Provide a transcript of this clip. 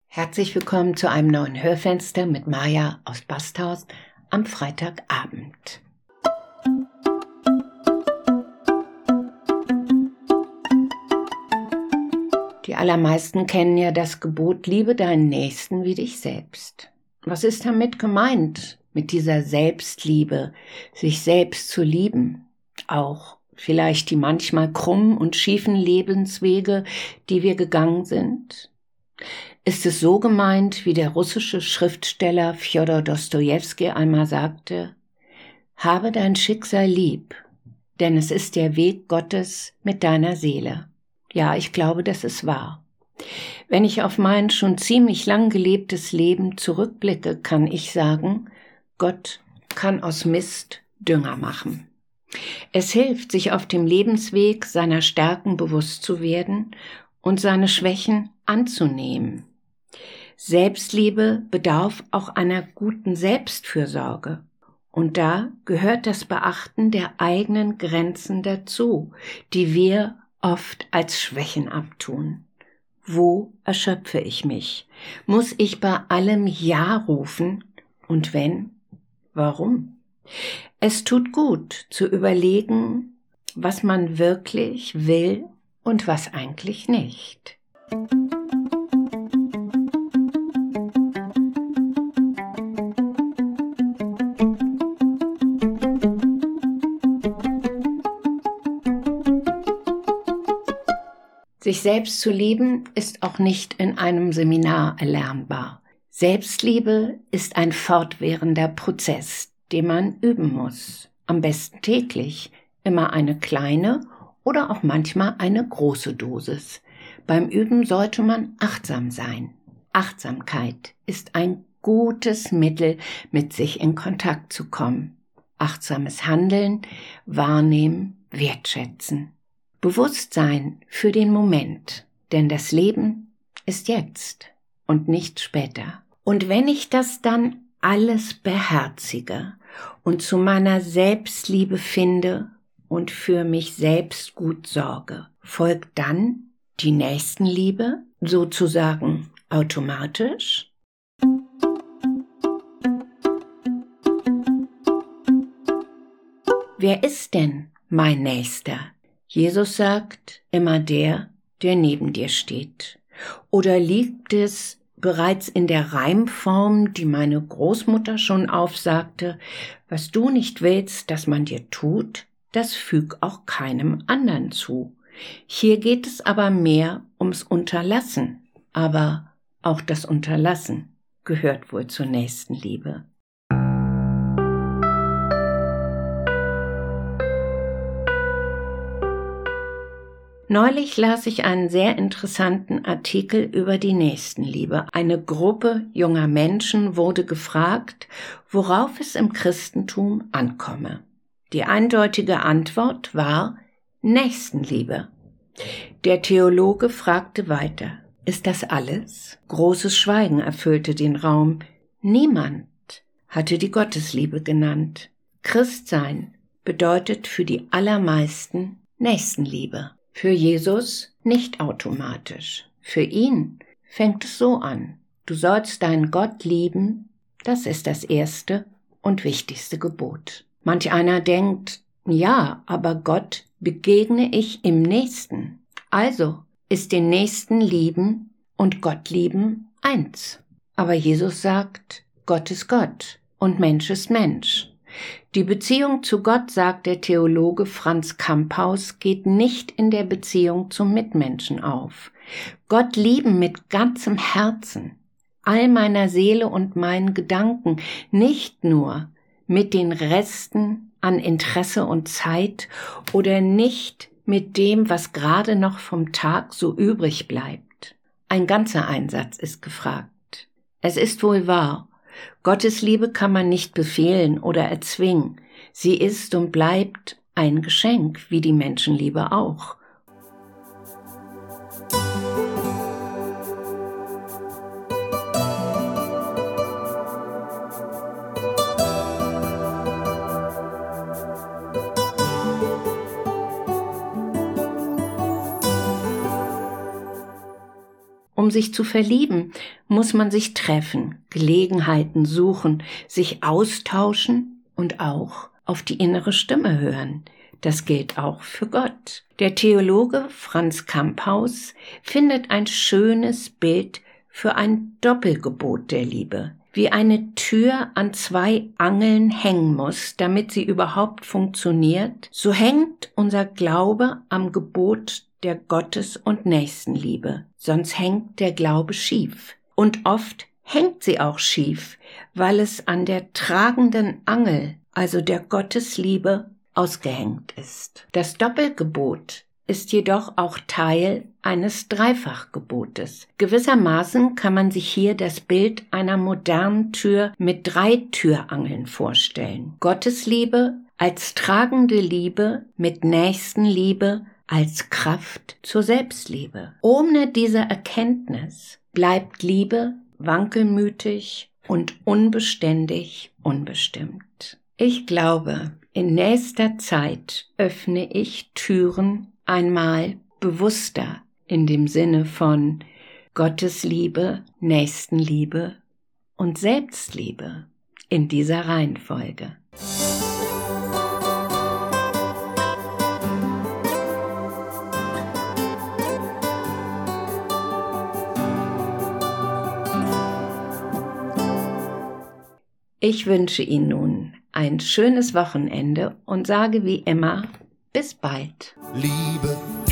Herzlich willkommen zu einem neuen Hörfenster mit Maja aus Basthausen am Freitagabend. Die allermeisten kennen ja das Gebot, liebe deinen Nächsten wie dich selbst. Was ist damit gemeint, mit dieser Selbstliebe, sich selbst zu lieben? Auch vielleicht die manchmal krummen und schiefen Lebenswege, die wir gegangen sind? Ist es so gemeint, wie der russische Schriftsteller Fjodor Dostojewski einmal sagte: Habe dein Schicksal lieb, denn es ist der Weg Gottes mit deiner Seele. Ja, ich glaube, das ist wahr. Wenn ich auf mein schon ziemlich lang gelebtes Leben zurückblicke, kann ich sagen, Gott kann aus Mist Dünger machen. Es hilft, sich auf dem Lebensweg seiner Stärken bewusst zu werden und seine Schwächen anzunehmen. Selbstliebe bedarf auch einer guten Selbstfürsorge. Und da gehört das Beachten der eigenen Grenzen dazu, die wir oft als Schwächen abtun. Wo erschöpfe ich mich? Muss ich bei allem Ja rufen? Und wenn, warum? Es tut gut zu überlegen, was man wirklich will und was eigentlich nicht. Sich selbst zu lieben ist auch nicht in einem Seminar erlernbar. Selbstliebe ist ein fortwährender Prozess, den man üben muss. Am besten täglich, immer eine kleine oder auch manchmal eine große Dosis. Beim Üben sollte man achtsam sein. Achtsamkeit ist ein gutes Mittel, mit sich in Kontakt zu kommen. Achtsames Handeln, wahrnehmen, wertschätzen. Bewusstsein für den Moment, denn das Leben ist jetzt und nicht später. Und wenn ich das dann alles beherzige und zu meiner Selbstliebe finde und für mich selbst gut sorge, folgt dann die Nächstenliebe sozusagen automatisch? Wer ist denn mein Nächster? Jesus sagt, immer der neben dir steht. Oder liegt es bereits in der Reimform, die meine Großmutter schon aufsagte: Was du nicht willst, dass man dir tut, das füg auch keinem anderen zu. Hier geht es aber mehr ums Unterlassen. Aber auch das Unterlassen gehört wohl zur Nächstenliebe. Neulich las ich einen sehr interessanten Artikel über die Nächstenliebe. Eine Gruppe junger Menschen wurde gefragt, worauf es im Christentum ankomme. Die eindeutige Antwort war Nächstenliebe. Der Theologe fragte weiter: Ist das alles? Großes Schweigen erfüllte den Raum. Niemand hatte die Gottesliebe genannt. Christsein bedeutet für die allermeisten Nächstenliebe. Für Jesus nicht automatisch. Für ihn fängt es so an: Du sollst deinen Gott lieben, das ist das erste und wichtigste Gebot. Manch einer denkt, ja, aber Gott begegne ich im Nächsten. Also ist den Nächsten lieben und Gott lieben eins. Aber Jesus sagt, Gott ist Gott und Mensch ist Mensch. Die Beziehung zu Gott, sagt der Theologe Franz Kamphaus, geht nicht in der Beziehung zum Mitmenschen auf. Gott lieben mit ganzem Herzen, all meiner Seele und meinen Gedanken, nicht nur mit den Resten an Interesse und Zeit oder nicht mit dem, was gerade noch vom Tag so übrig bleibt. Ein ganzer Einsatz ist gefragt. Es ist wohl wahr, Gottes Liebe kann man nicht befehlen oder erzwingen. Sie ist und bleibt ein Geschenk, wie die Menschenliebe auch. Um sich zu verlieben, muss man sich treffen, Gelegenheiten suchen, sich austauschen und auch auf die innere Stimme hören. Das gilt auch für Gott. Der Theologe Franz Kamphaus findet ein schönes Bild für ein Doppelgebot der Liebe. Wie eine Tür an zwei Angeln hängen muss, damit sie überhaupt funktioniert, so hängt unser Glaube am Gebot der Gottes- und Nächstenliebe. Sonst hängt der Glaube schief. Und oft hängt sie auch schief, weil es an der tragenden Angel, also der Gottesliebe, ausgehängt ist. Das Doppelgebot ist jedoch auch Teil eines Dreifachgebotes. Gewissermaßen kann man sich hier das Bild einer modernen Tür mit 3 Türangeln vorstellen. Gottesliebe als tragende Liebe mit Nächstenliebe als Kraft zur Selbstliebe. Ohne diese Erkenntnis bleibt Liebe wankelmütig und unbeständig unbestimmt. Ich glaube, in nächster Zeit öffne ich Türen einmal bewusster in dem Sinne von Gottesliebe, Nächstenliebe und Selbstliebe in dieser Reihenfolge. Ich wünsche Ihnen nun ein schönes Wochenende und sage wie immer, bis bald. Liebe